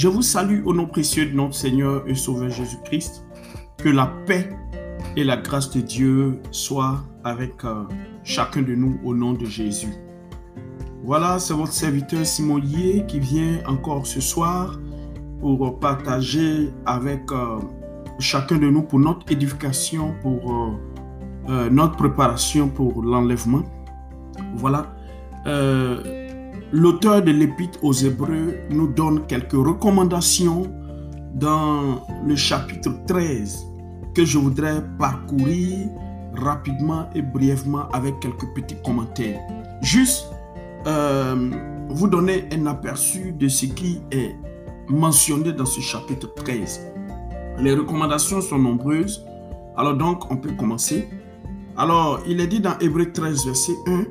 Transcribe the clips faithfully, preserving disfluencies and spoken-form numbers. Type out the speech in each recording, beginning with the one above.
Je vous salue au nom précieux de notre Seigneur et Sauveur Jésus-Christ. Que la paix et la grâce de Dieu soient avec euh, chacun de nous au nom de Jésus. Voilà, c'est votre serviteur Simon Lié qui vient encore ce soir pour partager avec euh, chacun de nous pour notre édification, pour euh, euh, notre préparation pour l'enlèvement. Voilà. Euh, L'auteur de l'Épître aux Hébreux nous donne quelques recommandations dans le chapitre treize que je voudrais parcourir rapidement et brièvement avec quelques petits commentaires. Juste euh, vous donner un aperçu de ce qui est mentionné dans ce chapitre treize. Les recommandations sont nombreuses, alors donc on peut commencer. Alors il est dit dans Hébreux treize verset un,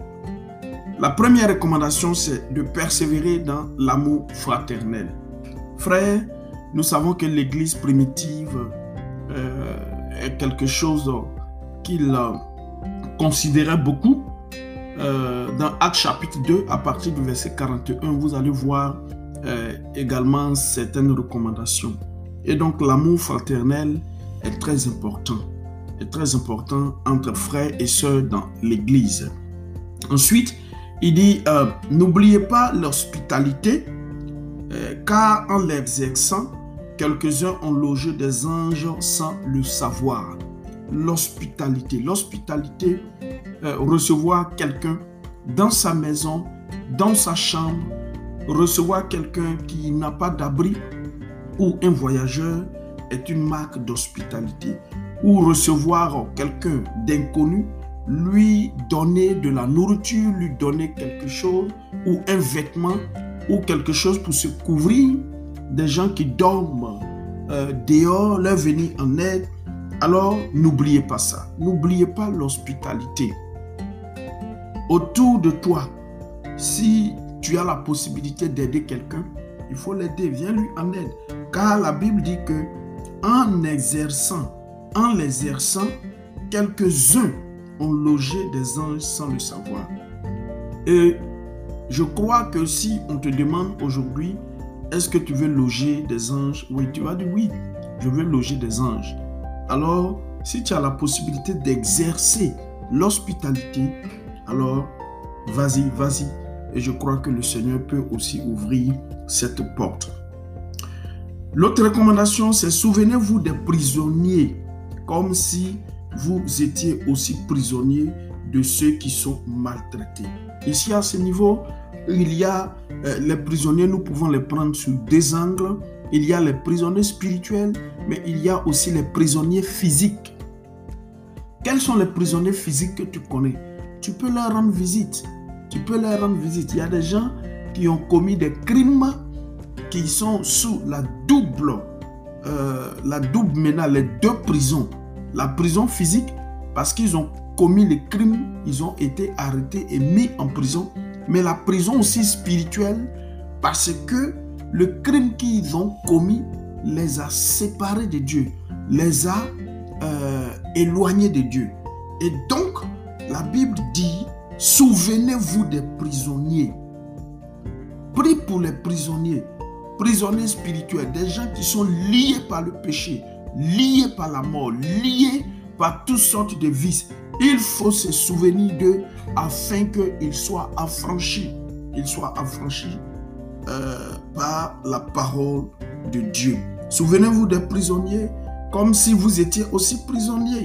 la première recommandation, c'est de persévérer dans l'amour fraternel. Frères, nous savons que l'Église primitive euh, est quelque chose qu'il euh, considérait beaucoup. Euh, dans Actes chapitre deux, à partir du verset quarante et un, vous allez voir euh, également certaines recommandations. Et donc, l'amour fraternel est très important. Est très important entre frères et sœurs dans l'Église. Ensuite, il dit, euh, n'oubliez pas l'hospitalité, euh, car en l'exerçant, quelques-uns ont logé des anges sans le savoir. L'hospitalité, l'hospitalité, euh, recevoir quelqu'un dans sa maison, dans sa chambre, recevoir quelqu'un qui n'a pas d'abri ou un voyageur est une marque d'hospitalité. Ou recevoir quelqu'un d'inconnu, lui donner de la nourriture, lui donner quelque chose, ou un vêtement, ou quelque chose pour se couvrir, des gens qui dorment euh, dehors, leur venir en aide. Alors, n'oubliez pas ça. N'oubliez pas l'hospitalité. Autour de toi, si tu as la possibilité d'aider quelqu'un, il faut l'aider, viens lui en aide. Car la Bible dit que en exerçant, en l'exerçant, quelques-uns ont logé des anges sans le savoir. Et je crois que si on te demande aujourd'hui, est-ce que tu veux loger des anges? Oui, tu vas dire oui, je veux loger des anges. Alors, si tu as la possibilité d'exercer l'hospitalité, alors vas-y, vas-y. Et je crois que le Seigneur peut aussi ouvrir cette porte. L'autre recommandation, c'est souvenez-vous des prisonniers, comme si vous étiez aussi prisonniers de ceux qui sont maltraités. Ici, à ce niveau, il y a euh, les prisonniers, nous pouvons les prendre sous deux angles. Il y a les prisonniers spirituels, mais il y a aussi les prisonniers physiques. Quels sont les prisonniers physiques que tu connais? Tu peux leur rendre visite. Tu peux leur rendre visite. Il y a des gens qui ont commis des crimes qui sont sous la double, euh, la double menace, les deux prisons. La prison physique, parce qu'ils ont commis les crimes, ils ont été arrêtés et mis en prison. Mais la prison aussi spirituelle, parce que le crime qu'ils ont commis les a séparés de Dieu, les a euh, éloignés de Dieu. Et donc, la Bible dit, souvenez-vous des prisonniers. Prie pour les prisonniers, prisonniers spirituels, des gens qui sont liés par le péché, liés par la mort, liés par toutes sortes de vices. Il faut se souvenir d'eux afin qu'ils soient affranchis. Ils soient affranchis euh, par la parole de Dieu. Souvenez-vous des prisonniers comme si vous étiez aussi prisonniers.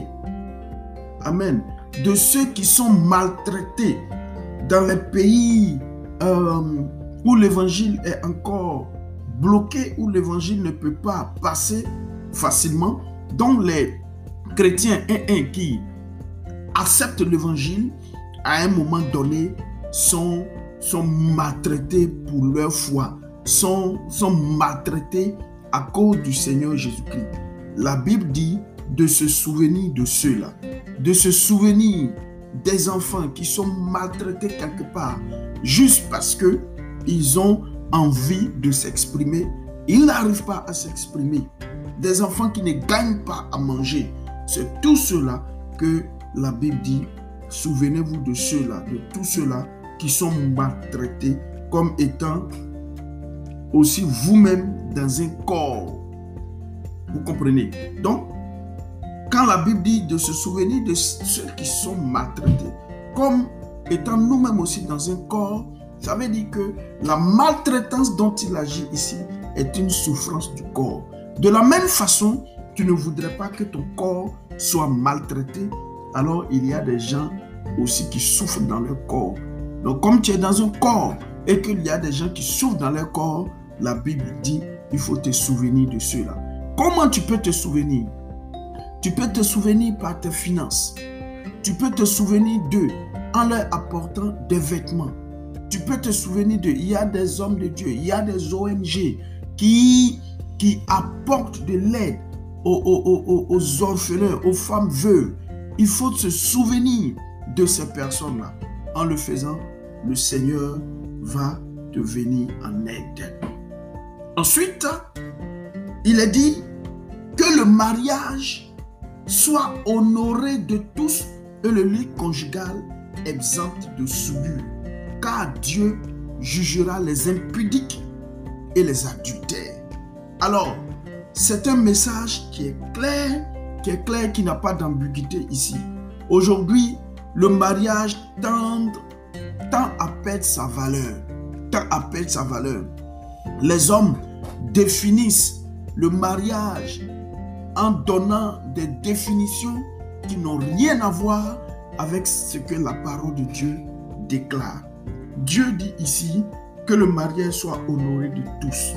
Amen. De ceux qui sont maltraités dans les pays euh, où l'évangile est encore bloqué, où l'évangile ne peut pas passer facilement, dont les chrétiens un, un, qui acceptent l'évangile à un moment donné sont, sont maltraités pour leur foi, sont, sont maltraités à cause du Seigneur Jésus-Christ. La Bible dit de se souvenir de ceux-là, de se souvenir des enfants qui sont maltraités quelque part juste parce qu'ils ont envie de s'exprimer. Ils n'arrivent pas à s'exprimer. Des enfants qui ne gagnent pas à manger. C'est tout cela que la Bible dit. Souvenez-vous de ceux-là, de tous ceux-là qui sont maltraités comme étant aussi vous-même dans un corps. Vous comprenez? Donc, quand la Bible dit de se souvenir de ceux qui sont maltraités, comme étant nous-mêmes aussi dans un corps, ça veut dire que la maltraitance dont il agit ici est une souffrance du corps. De la même façon, tu ne voudrais pas que ton corps soit maltraité, alors il y a des gens aussi qui souffrent dans leur corps. Donc comme tu es dans un corps et qu'il y a des gens qui souffrent dans leur corps, la Bible dit il faut te souvenir de ceux-là. Comment tu peux te souvenir? Tu peux te souvenir par tes finances. Tu peux te souvenir d'eux en leur apportant des vêtements. Tu peux te souvenir d'eux. Il y a des hommes de Dieu, il y a des O N G qui, qui apportent de l'aide aux, aux, aux, aux orphelins, aux femmes veuves. Il faut se souvenir de ces personnes-là. En le faisant, le Seigneur va te venir en aide. Ensuite, il est dit que le mariage soit honoré de tous et le lit conjugal exempt de souillure, car Dieu jugera les impudiques et les adultères. Alors, c'est un message qui est clair, qui est clair, qui n'a pas d'ambiguïté ici. Aujourd'hui, le mariage tend, tend à perdre sa valeur, tend à perdre sa valeur. Les hommes définissent le mariage en donnant des définitions qui n'ont rien à voir avec ce que la parole de Dieu déclare. Dieu dit ici que le mariage soit honoré de tous.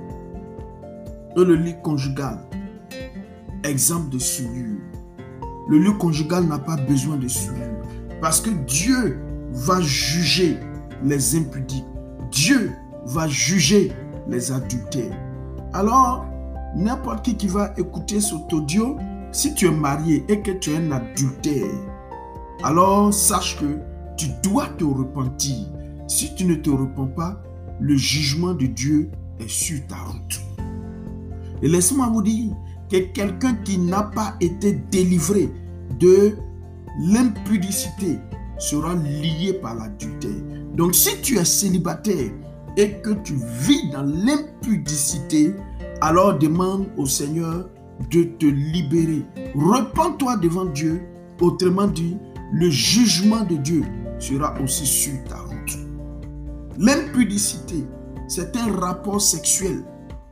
Et le lit conjugal, exemple de souillure. Le lit conjugal n'a pas besoin de souillure parce que Dieu va juger les impudiques. Dieu va juger les adultères. Alors, n'importe qui qui va écouter cet audio, si tu es marié et que tu es un adultère, alors sache que tu dois te repentir. Si tu ne te repens pas, le jugement de Dieu est sur ta route. Et laissez-moi vous dire que quelqu'un qui n'a pas été délivré de l'impudicité sera lié par l'adultère. Donc si tu es célibataire et que tu vis dans l'impudicité, alors demande au Seigneur de te libérer. Repends-toi devant Dieu, autrement dit, le jugement de Dieu sera aussi sur ta route. L'impudicité, c'est un rapport sexuel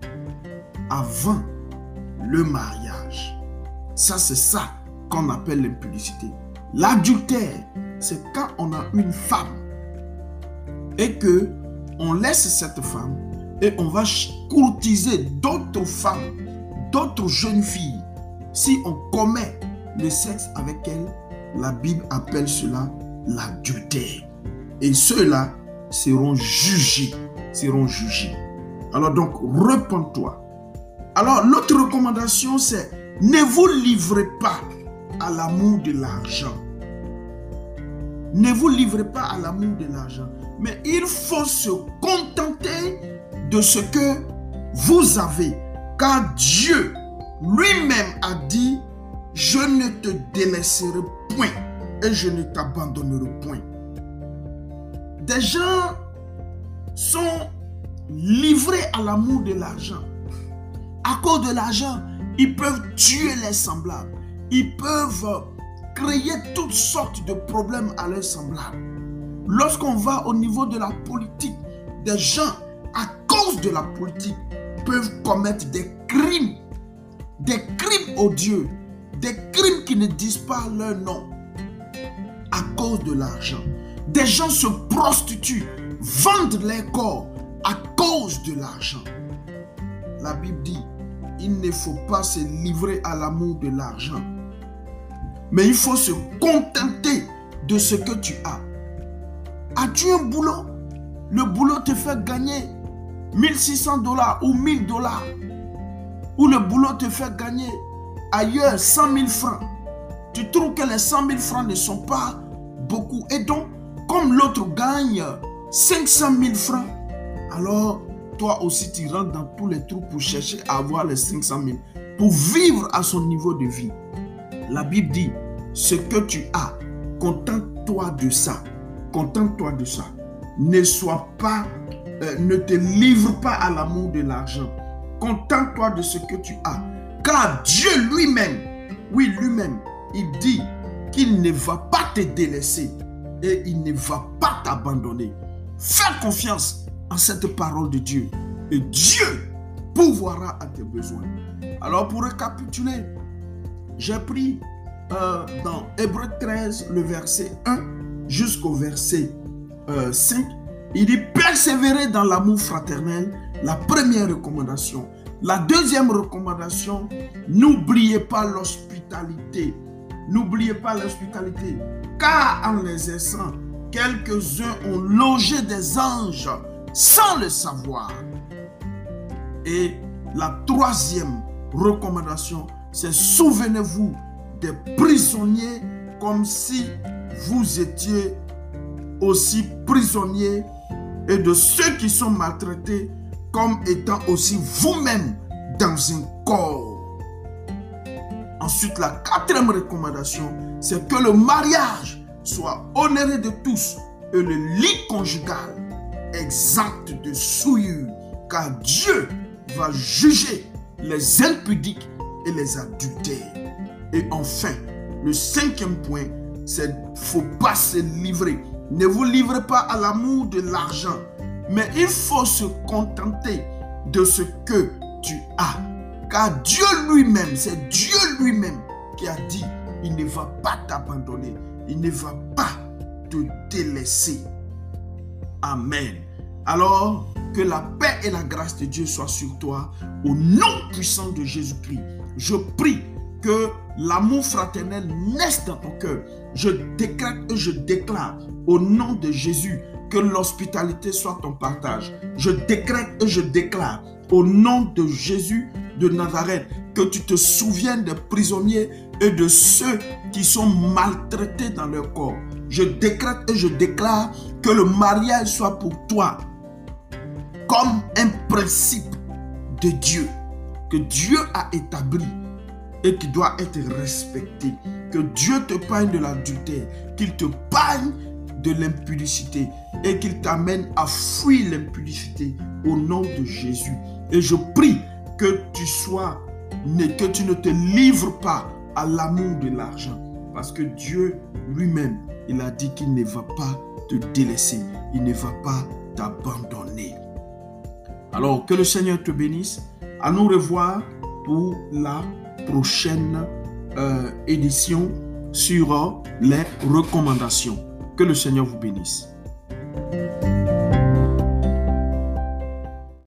avant le mariage. Ça, c'est ça qu'on appelle l'impudicité. L'adultère, c'est quand on a une femme et que on laisse cette femme et on va courtiser d'autres femmes, d'autres jeunes filles. Si on commet le sexe avec elles, la Bible appelle cela l'adultère. Et ceux-là seront jugés, seront jugés. Alors donc, repens-toi. Alors, l'autre recommandation, c'est ne vous livrez pas à l'amour de l'argent. Ne vous livrez pas à l'amour de l'argent. Mais il faut se contenter de ce que vous avez. Car Dieu lui-même a dit, je ne te délaisserai point et je ne t'abandonnerai point. Des gens sont livrés à l'amour de l'argent. À cause de l'argent, ils peuvent tuer les semblables. Ils peuvent créer toutes sortes de problèmes à leurs semblables. Lorsqu'on va au niveau de la politique, des gens, à cause de la politique, peuvent commettre des crimes. Des crimes odieux. Des crimes qui ne disent pas leur nom. À cause de l'argent. Des gens se prostituent, vendent leur corps à cause de l'argent. La Bible dit, il ne faut pas se livrer à l'amour de l'argent. Mais il faut se contenter de ce que tu as. As-tu un boulot? Le boulot te fait gagner mille six cents dollars ou mille dollars. Ou le boulot te fait gagner ailleurs cent mille francs. Tu trouves que les cent mille francs ne sont pas beaucoup. Et donc, comme l'autre gagne cinq cent mille francs, alors toi aussi tu rentres dans tous les trous pour chercher à avoir les cinq cent mille. Pour vivre à son niveau de vie. La Bible dit, ce que tu as, contente-toi de ça. Contente-toi de ça. Ne sois pas euh, ne te livre pas à l'amour de l'argent. Contente-toi de ce que tu as. Car Dieu lui-même, oui lui-même, il dit qu'il ne va pas te délaisser et il ne va pas t'abandonner. Fais confiance en cette parole de Dieu et Dieu pourvoira à tes besoins. Alors pour récapituler, j'ai pris euh, dans Hébreux treize, le verset un jusqu'au verset euh, cinq, il dit persévérer dans l'amour fraternel, la première recommandation. La deuxième recommandation, n'oubliez pas l'hospitalité. N'oubliez pas l'hospitalité, car en l'exerçant, quelques-uns ont logé des anges sans le savoir. Et la troisième recommandation, c'est souvenez-vous des prisonniers comme si vous étiez aussi prisonniers et de ceux qui sont maltraités comme étant aussi vous-même dans un corps. Ensuite, la quatrième recommandation, c'est que le mariage soit honoré de tous et le lit conjugal exempt de souillure, car Dieu va juger les impudiques et les adultères. Et enfin, le cinquième point, c'est qu'il ne faut pas se livrer. Ne vous livrez pas à l'amour de l'argent, mais il faut se contenter de ce que tu as. Car Dieu lui-même, c'est Dieu lui-même qui a dit, il ne va pas t'abandonner, il ne va pas te délaisser. Amen. Alors, que la paix et la grâce de Dieu soient sur toi, au nom puissant de Jésus-Christ. Je prie que l'amour fraternel naisse dans ton cœur. Je décrète et je déclare au nom de Jésus que l'hospitalité soit ton partage. Je décrète et je déclare au nom de Jésus de Nazareth que tu te souviennes des prisonniers et de ceux qui sont maltraités dans leur corps. Je décrète et je déclare que le mariage soit pour toi comme un principe de Dieu, que Dieu a établi et qui doit être respecté. Que Dieu te parle de l'adultère, qu'il te parle de l'impudicité et qu'il t'amène à fuir l'impudicité au nom de Jésus. Et je prie que tu sois, que tu ne te livres pas à l'amour de l'argent, parce que Dieu lui-même, il a dit qu'il ne va pas te délaisser, il ne va pas t'abandonner. Alors que le Seigneur te bénisse. À nous revoir pour la prochaine euh, édition sur euh, les recommandations. Que le Seigneur vous bénisse.